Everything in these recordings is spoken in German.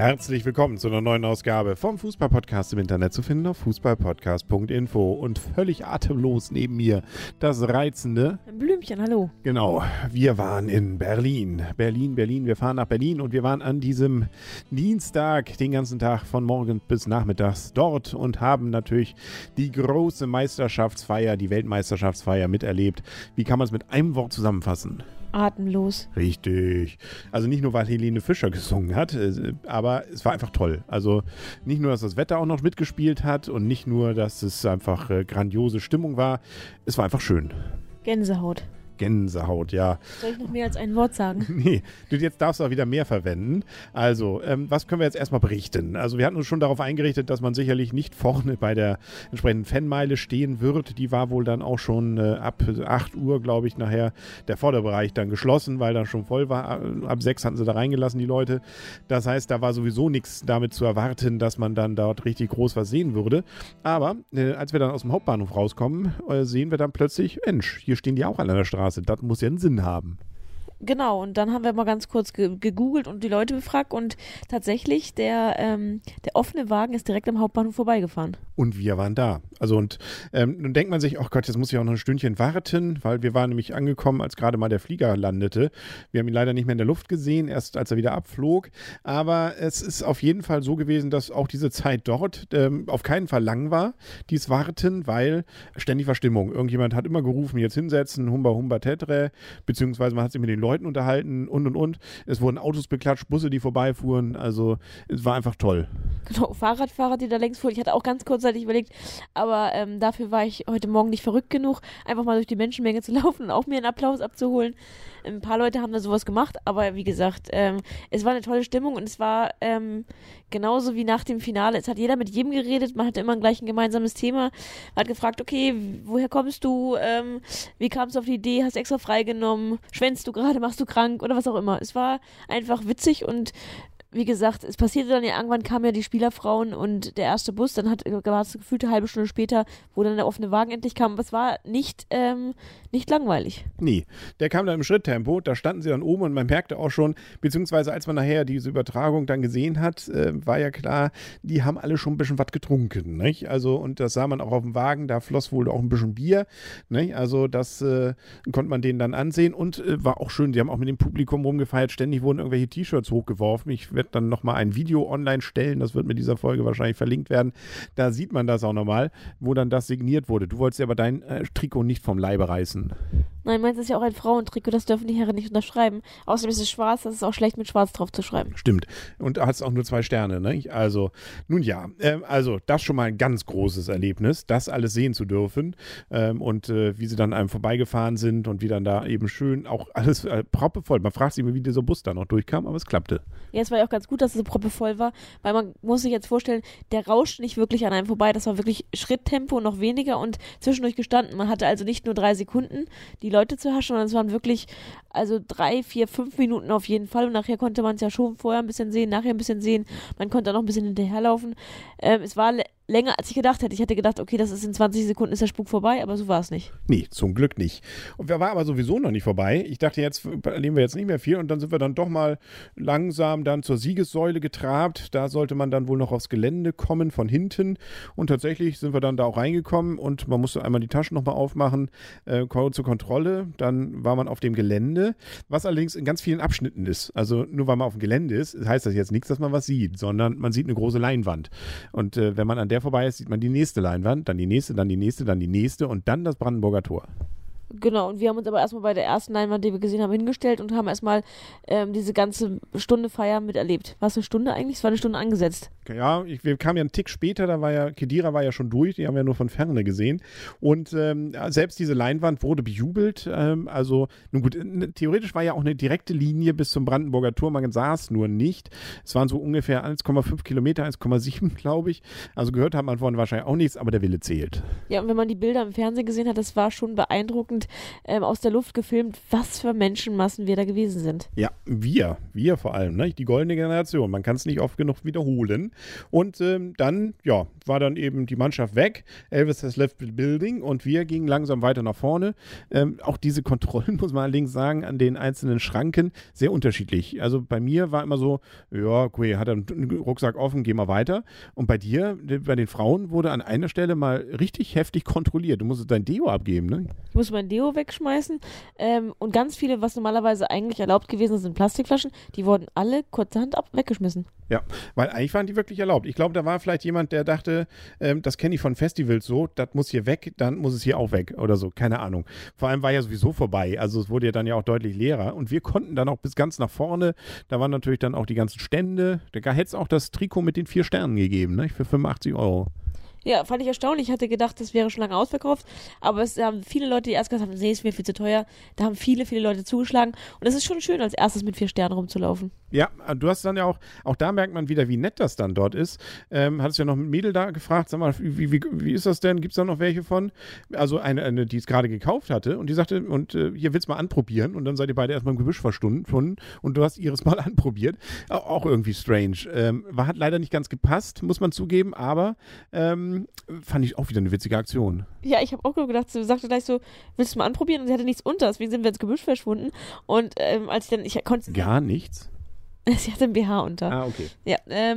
Herzlich willkommen zu einer neuen Ausgabe vom Fußball-Podcast im Internet zu finden auf fußballpodcast.info und völlig atemlos neben mir das reizende Blümchen, hallo. Genau, wir waren in Berlin. Wir fahren nach Berlin und wir waren an diesem Dienstag den ganzen Tag von morgens bis nachmittags dort und haben natürlich die große Meisterschaftsfeier, die Weltmeisterschaftsfeier miterlebt. Wie kann man es mit einem Wort zusammenfassen? Atemlos. Richtig. Also nicht nur, weil Helene Fischer gesungen hat, aber es war einfach toll. Also nicht nur, dass das Wetter auch noch mitgespielt hat und nicht nur, dass es einfach grandiose Stimmung war. Es war einfach schön. Gänsehaut. Gänsehaut, ja. Soll ich noch mehr als ein Wort sagen? Nee, jetzt darfst du auch wieder mehr verwenden. Also, was können wir jetzt erstmal berichten? Also, wir hatten uns schon darauf eingerichtet, dass man sicherlich nicht vorne bei der entsprechenden Fanmeile stehen wird. Die war wohl dann auch schon ab 8 Uhr, glaube ich, nachher der Vorderbereich dann geschlossen, weil dann schon voll war. Ab 6 hatten sie da reingelassen, die Leute. Das heißt, da war sowieso nichts damit zu erwarten, dass man dann dort richtig groß was sehen würde. Aber als wir dann aus dem Hauptbahnhof rauskommen, sehen wir dann plötzlich, Mensch, hier stehen die auch alle an der Straße. Das muss ja einen Sinn haben. Genau, und dann haben wir mal ganz kurz gegoogelt und die Leute befragt und tatsächlich der offene Wagen ist direkt am Hauptbahnhof vorbeigefahren. Und wir waren da. Also und nun denkt man sich, oh Gott, jetzt muss ich auch noch ein Stündchen warten, weil wir waren nämlich angekommen, als gerade mal der Flieger landete. Wir haben ihn leider nicht mehr in der Luft gesehen, erst als er wieder abflog. Aber es ist auf jeden Fall so gewesen, dass auch diese Zeit dort auf keinen Fall lang war, dieses Warten, weil ständig war Stimmung. Irgendjemand hat immer gerufen, jetzt hinsetzen, Humba, Humba, Tetre, beziehungsweise man hat sich mit den Leuten unterhalten und. Es wurden Autos beklatscht, Busse, die vorbeifuhren. Also es war einfach toll. Genau, Fahrradfahrer, die da längs fuhren. Ich hatte auch ganz kurzzeitig überlegt, aber dafür war ich heute Morgen nicht verrückt genug, einfach mal durch die Menschenmenge zu laufen und auch mir einen Applaus abzuholen. Ein paar Leute haben da sowas gemacht, aber wie gesagt, es war eine tolle Stimmung und es war genauso wie nach dem Finale. Es hat jeder mit jedem geredet, man hatte immer gleich ein gemeinsames Thema. Man hat gefragt, okay, woher kommst du? Wie kamst du auf die Idee? Hast du extra freigenommen? Schwänzt du gerade? Machst du krank? Oder was auch immer. Es war einfach witzig und wie gesagt, es passierte dann ja, irgendwann kamen ja die Spielerfrauen und der erste Bus, dann war es gefühlt eine halbe Stunde später, wo dann der offene Wagen endlich kam, aber es war nicht langweilig. Nee, der kam dann im Schritttempo, da standen sie dann oben und man merkte auch schon, beziehungsweise als man nachher diese Übertragung dann gesehen hat, war ja klar, die haben alle schon ein bisschen was getrunken, nicht? Also, und das sah man auch auf dem Wagen, da floss wohl auch ein bisschen Bier, nicht? Also das konnte man denen dann ansehen und war auch schön, sie haben auch mit dem Publikum rumgefeiert, ständig wurden irgendwelche T-Shirts hochgeworfen, ich werde dann nochmal ein Video online stellen, das wird mit dieser Folge wahrscheinlich verlinkt werden, da sieht man das auch nochmal, wo dann das signiert wurde. Du wolltest ja aber dein Trikot nicht vom Leibe reißen. Nein, meins ist ja auch ein Frauentrikot, das dürfen die Herren nicht unterschreiben. Außerdem ist es schwarz, das ist auch schlecht mit schwarz drauf zu schreiben. Stimmt. Und da hat es auch nur 2 Sterne, ne? Also, nun ja, also das schon mal ein ganz großes Erlebnis, das alles sehen zu dürfen und wie sie dann einem vorbeigefahren sind und wie dann da eben schön auch alles proppevoll. Man fragt sich immer, wie dieser Bus da noch durchkam, aber es klappte. Ja, es war ja auch ganz gut, dass es so proppevoll war, weil man muss sich jetzt vorstellen, der rauscht nicht wirklich an einem vorbei, das war wirklich Schritttempo, noch weniger und zwischendurch gestanden. Man hatte also nicht nur 3 Sekunden, die Leute zu haschen, sondern es waren wirklich also 3, 4, 5 Minuten auf jeden Fall und nachher konnte man es ja schon vorher ein bisschen sehen, nachher ein bisschen sehen, man konnte auch noch ein bisschen hinterherlaufen. Es war länger, als ich gedacht hätte. Ich hätte gedacht, okay, das ist in 20 Sekunden ist der Spuk vorbei, aber so war es nicht. Nee, zum Glück nicht. Und wir waren aber sowieso noch nicht vorbei. Ich dachte, jetzt erleben wir jetzt nicht mehr viel und dann sind wir dann doch mal langsam dann zur Siegessäule getrabt. Da sollte man dann wohl noch aufs Gelände kommen von hinten und tatsächlich sind wir dann da auch reingekommen und man musste einmal die Taschen nochmal aufmachen, zur Kontrolle. Dann war man auf dem Gelände, was allerdings in ganz vielen Abschnitten ist. Also nur weil man auf dem Gelände ist, heißt das jetzt nichts, dass man was sieht, sondern man sieht eine große Leinwand. Und wenn man an der vorbei ist, sieht man die nächste Leinwand, dann die nächste, dann die nächste, dann die nächste und dann das Brandenburger Tor. Genau, und wir haben uns aber erstmal bei der ersten Leinwand, die wir gesehen haben, hingestellt und haben erstmal diese ganze Stunde Feier miterlebt. War es eine Stunde eigentlich? Es war eine Stunde angesetzt. Ja, wir kamen ja einen Tick später, da war ja, Khedira war ja schon durch, die haben wir ja nur von Ferne gesehen. Und selbst diese Leinwand wurde bejubelt. Also, nun gut, theoretisch war ja auch eine direkte Linie bis zum Brandenburger Tor, man sah es nur nicht. Es waren so ungefähr 1,5 Kilometer, 1,7 glaube ich. Also gehört hat man vorhin wahrscheinlich auch nichts, aber der Wille zählt. Ja, und wenn man die Bilder im Fernsehen gesehen hat, das war schon beeindruckend aus der Luft gefilmt, was für Menschenmassen wir da gewesen sind. Ja, wir vor allem, ne? Die goldene Generation. Man kann es nicht oft genug wiederholen. Und dann, ja, war dann eben die Mannschaft weg. Elvis has left the building und wir gingen langsam weiter nach vorne. Auch diese Kontrollen, muss man allerdings sagen, an den einzelnen Schranken sehr unterschiedlich. Also bei mir war immer so, ja, okay, hat er einen Rucksack offen, geh mal weiter. Und bei dir, bei den Frauen, wurde an einer Stelle mal richtig heftig kontrolliert. Du musstest dein Deo abgeben, ne? Ich muss mein Deo wegschmeißen und ganz viele, was normalerweise eigentlich erlaubt gewesen sind, Plastikflaschen, die wurden alle kurzerhand weggeschmissen. Ja, weil eigentlich waren die wirklich erlaubt. Ich glaube, da war vielleicht jemand, der dachte, das kenne ich von Festivals so, das muss hier weg, dann muss es hier auch weg oder so, keine Ahnung. Vor allem war ja sowieso vorbei, also es wurde ja dann ja auch deutlich leerer und wir konnten dann auch bis ganz nach vorne, da waren natürlich dann auch die ganzen Stände, da hätte es auch das Trikot mit den 4 Sternen gegeben, ne, für 85 €. Ja, fand ich erstaunlich. Ich hatte gedacht, das wäre schon lange ausverkauft. Aber es haben viele Leute, die erst gesagt haben, nee, ist mir viel zu teuer. Da haben viele Leute zugeschlagen. Und es ist schon schön, als erstes mit 4 Sternen rumzulaufen. Ja, du hast dann ja auch da merkt man wieder, wie nett das dann dort ist. Hattest ja noch ein Mädel da gefragt, sag mal, wie ist das denn? Gibt es da noch welche von? Also eine, die es gerade gekauft hatte und die sagte, und hier willst du mal anprobieren. Und dann seid ihr beide erstmal im Gebüsch verschwunden und du hast ihres mal anprobiert. Auch irgendwie strange. Hat leider nicht ganz gepasst, muss man zugeben, aber fand ich auch wieder eine witzige Aktion. Ja, ich habe auch nur gedacht, sie sagte gleich so, willst du mal anprobieren? Und sie hatte nichts unter, deswegen sind wir ins Gebüsch verschwunden. Und als ich konnte... Gar nichts? Sie hatte ein BH unter. Ah, okay. Ja,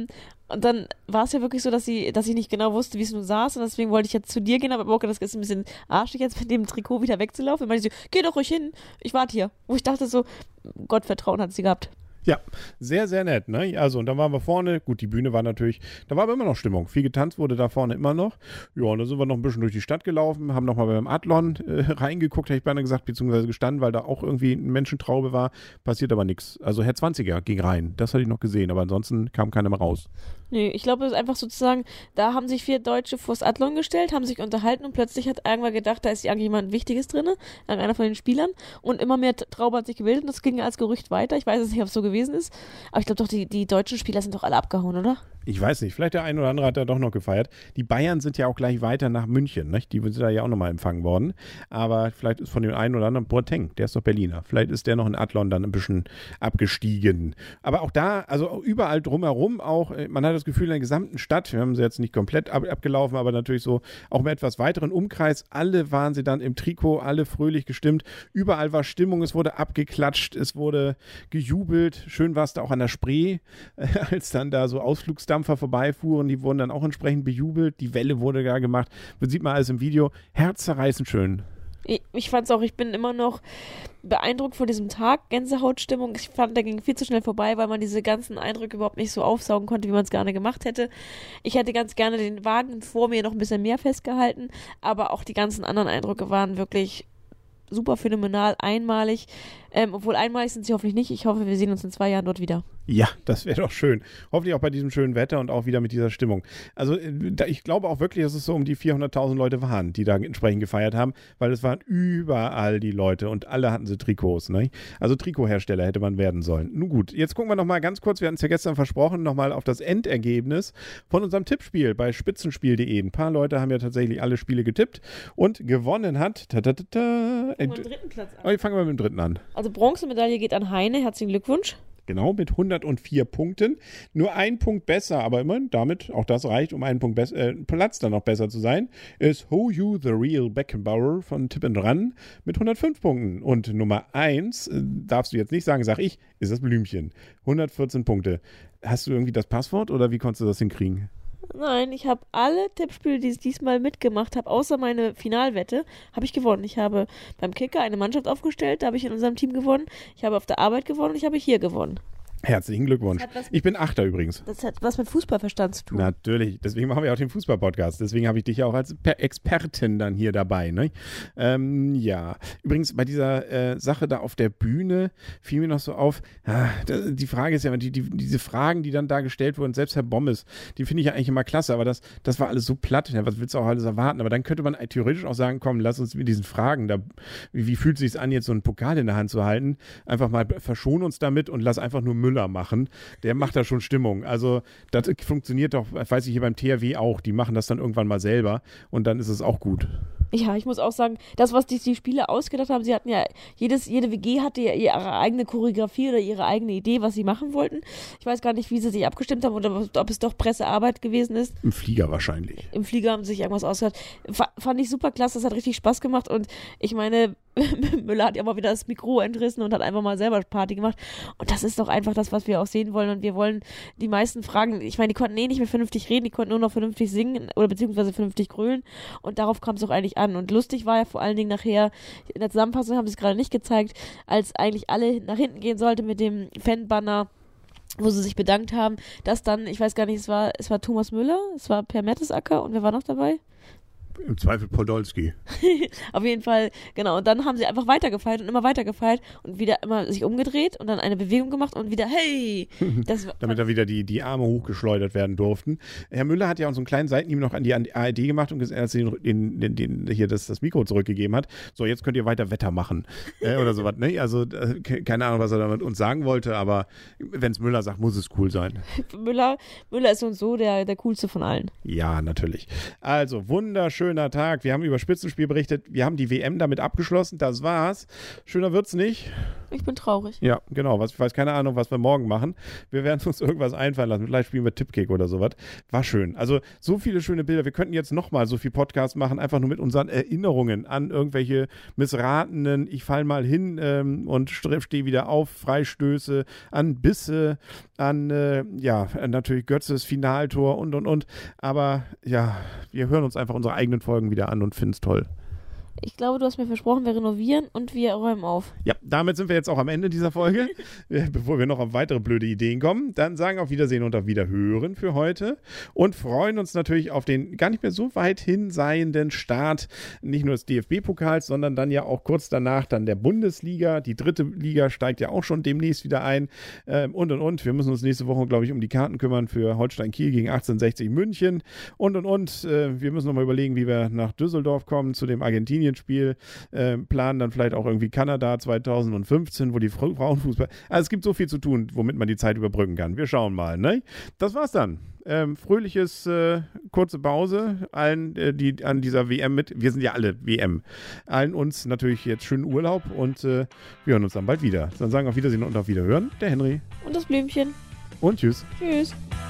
und dann war es ja wirklich so, dass ich nicht genau wusste, wie es nun saß. Und deswegen wollte ich jetzt zu dir gehen, aber auch gedacht, das ist ein bisschen arschig, jetzt mit dem Trikot wieder wegzulaufen. Und meinte sie, geh doch ruhig hin, ich warte hier. Wo ich dachte so, Gottvertrauen hat sie gehabt. Ja, sehr, sehr nett, ne? Also, und dann waren wir vorne. Gut, die Bühne war natürlich, da war aber immer noch Stimmung. Viel getanzt wurde da vorne immer noch. Ja, und dann sind wir noch ein bisschen durch die Stadt gelaufen, haben nochmal beim Adlon reingeguckt, hätte ich beinahe gesagt, beziehungsweise gestanden, weil da auch irgendwie eine Menschentraube war. Passiert aber nichts. Also, Herr 20er ging rein. Das hatte ich noch gesehen, aber ansonsten kam keiner mehr raus. Nee, ich glaube, es ist einfach sozusagen, da haben sich 4 Deutsche vors Adlon gestellt, haben sich unterhalten und plötzlich hat irgendwer gedacht, da ist irgendjemand Wichtiges drin, einer von den Spielern und immer mehr Traube hat sich gebildet und das ging als Gerücht weiter. Ich weiß es nicht, ob es so gewesen ist, aber ich glaube doch, die deutschen Spieler sind doch alle abgehauen, oder? Ich weiß nicht, vielleicht der ein oder andere hat da doch noch gefeiert. Die Bayern sind ja auch gleich weiter nach München, nicht? Die sind da ja auch nochmal empfangen worden. Aber vielleicht ist von dem einen oder anderen Boateng, der ist doch Berliner. Vielleicht ist der noch in Adlon dann ein bisschen abgestiegen. Aber auch da, also überall drumherum auch, man hat das Gefühl, in der gesamten Stadt, wir haben sie jetzt nicht komplett abgelaufen, aber natürlich so auch im etwas weiteren Umkreis, alle waren sie dann im Trikot, alle fröhlich gestimmt. Überall war Stimmung, es wurde abgeklatscht, es wurde gejubelt. Schön war es da auch an der Spree, als dann da so Ausflugsdampfer vorbeifuhren, die wurden dann auch entsprechend bejubelt. Die Welle wurde da gemacht. Man sieht mal alles im Video. Herzzerreißend schön. Ich fand's auch, ich bin immer noch beeindruckt von diesem Tag, Gänsehautstimmung. Ich fand, der ging viel zu schnell vorbei, weil man diese ganzen Eindrücke überhaupt nicht so aufsaugen konnte, wie man es gerne gemacht hätte. Ich hätte ganz gerne den Wagen vor mir noch ein bisschen mehr festgehalten, aber auch die ganzen anderen Eindrücke waren wirklich super phänomenal, einmalig. Obwohl einmalig sind sie hoffentlich nicht. Ich hoffe, wir sehen uns in 2 Jahren dort wieder. Ja, das wäre doch schön. Hoffentlich auch bei diesem schönen Wetter und auch wieder mit dieser Stimmung. Also ich glaube auch wirklich, dass es so um die 400.000 Leute waren, die da entsprechend gefeiert haben, weil es waren überall die Leute und alle hatten sie Trikots. Ne? Also Trikothersteller hätte man werden sollen. Nun gut, jetzt gucken wir nochmal ganz kurz, wir hatten es ja gestern versprochen, nochmal auf das Endergebnis von unserem Tippspiel bei spitzenspiel.de. Ein paar Leute haben ja tatsächlich alle Spiele getippt und gewonnen hat. Fangen wir mit dem dritten Platz an. Fangen wir mit dem dritten an. Also Bronzemedaille geht an Heine. Herzlichen Glückwunsch. Genau, mit 104 Punkten. Nur ein Punkt besser, aber immerhin damit, auch das reicht, um einen Punkt Platz dann noch besser zu sein, ist Who You The Real Beckenbauer von Tipp & Run mit 105 Punkten. Und Nummer 1, darfst du jetzt nicht sagen, sag ich, ist das Blümchen. 114 Punkte. Hast du irgendwie das Passwort oder wie konntest du das hinkriegen? Nein, ich habe alle Tippspiele, die ich diesmal mitgemacht habe, außer meine Finalwette, habe ich gewonnen. Ich habe beim Kicker eine Mannschaft aufgestellt, da habe ich in unserem Team gewonnen. Ich habe auf der Arbeit gewonnen und ich habe hier gewonnen. Herzlichen Glückwunsch. Ich bin Achter übrigens. Das hat was mit Fußballverstand zu tun. Natürlich, deswegen machen wir auch den Fußball-Podcast. Deswegen habe ich dich ja auch als Expertin dann hier dabei. Ne? Ja, übrigens bei dieser Sache da auf der Bühne fiel mir noch so auf, die Frage ist ja, diese Fragen, die dann da gestellt wurden, selbst Herr Bommes, die finde ich ja eigentlich immer klasse, aber das war alles so platt. Ja, was willst du auch alles erwarten? Aber dann könnte man theoretisch auch sagen, komm, lass uns mit diesen Fragen, da, wie fühlt es sich an, jetzt so einen Pokal in der Hand zu halten, einfach mal verschon uns damit und lass einfach nur Müller machen, der macht da schon Stimmung. Also das funktioniert doch, weiß ich hier beim THW auch, die machen das dann irgendwann mal selber und dann ist es auch gut. Ja, ich muss auch sagen, das, was die Spiele ausgedacht haben, sie hatten ja, jede WG hatte ja ihre eigene Choreografie oder ihre eigene Idee, was sie machen wollten. Ich weiß gar nicht, wie sie sich abgestimmt haben oder ob es doch Pressearbeit gewesen ist. Im Flieger wahrscheinlich. Im Flieger haben sie sich irgendwas ausgedacht. Fand ich super klasse, das hat richtig Spaß gemacht und ich meine, Müller hat ja mal wieder das Mikro entrissen und hat einfach mal selber Party gemacht. Und das ist doch einfach das, was wir auch sehen wollen. Und wir wollen die meisten Fragen, ich meine, die konnten nicht mehr vernünftig reden, die konnten nur noch vernünftig singen oder beziehungsweise vernünftig grölen. Und darauf kam es auch eigentlich an. Und lustig war ja vor allen Dingen nachher, in der Zusammenfassung haben sie es gerade nicht gezeigt, als eigentlich alle nach hinten gehen sollte mit dem Fanbanner, wo sie sich bedankt haben, dass dann, ich weiß gar nicht, es war Thomas Müller, es war Per Mertesacker und wer war noch dabei? Im Zweifel Podolski. Auf jeden Fall, genau. Und dann haben sie einfach weitergefeiert und immer weitergefeiert und wieder immer sich umgedreht und dann eine Bewegung gemacht und wieder, hey! Damit da wieder die Arme hochgeschleudert werden durften. Herr Müller hat ja auch so einen kleinen Seitenhieb noch an die ARD gemacht und als er hier das Mikro zurückgegeben hat, so, jetzt könnt ihr weiter Wetter machen. Oder sowas, ne? Also, keine Ahnung, was er damit uns sagen wollte, aber wenn es Müller sagt, muss es cool sein. Müller ist uns so der coolste von allen. Ja, natürlich. Also, wunderschöner Tag. Wir haben über Spitzenspiel berichtet. Wir haben die WM damit abgeschlossen. Das war's. Schöner wird's nicht. Ich bin traurig. Ja, genau. Ich weiß keine Ahnung, was wir morgen machen. Wir werden uns irgendwas einfallen lassen. Vielleicht spielen wir Tippkick oder sowas. War schön. Also so viele schöne Bilder. Wir könnten jetzt nochmal so viel Podcast machen, einfach nur mit unseren Erinnerungen an irgendwelche missratenen, ich fall mal hin und stehe wieder auf, Freistöße, an Bisse, an, natürlich Götzes Finaltor und. Aber ja, wir hören uns einfach unsere eigenen Folgen wieder an und finden es toll. Ich glaube, du hast mir versprochen, wir renovieren und wir räumen auf. Ja, damit sind wir jetzt auch am Ende dieser Folge. Bevor wir noch auf weitere blöde Ideen kommen, dann sagen auf Wiedersehen und auf Wiederhören für heute und freuen uns natürlich auf den gar nicht mehr so weit hin seienden Start, nicht nur des DFB-Pokals, sondern dann ja auch kurz danach dann der Bundesliga. Die 3. Liga steigt ja auch schon demnächst wieder ein und. Wir müssen uns nächste Woche, glaube ich, um die Karten kümmern für Holstein Kiel gegen 1860 München und. Wir müssen nochmal überlegen, wie wir nach Düsseldorf kommen zu dem Argentinien-Spiel, planen dann vielleicht auch irgendwie Kanada 2015, wo die Frauenfußball... Also es gibt so viel zu tun, womit man die Zeit überbrücken kann. Wir schauen mal, ne? Das war's dann. Fröhliches, kurze Pause. Allen, die an dieser WM wir sind ja alle WM. Allen uns natürlich jetzt schönen Urlaub und wir hören uns dann bald wieder. Dann sagen auf Wiedersehen und auf Wiederhören der Henry. Und das Blümchen. Und tschüss. Tschüss.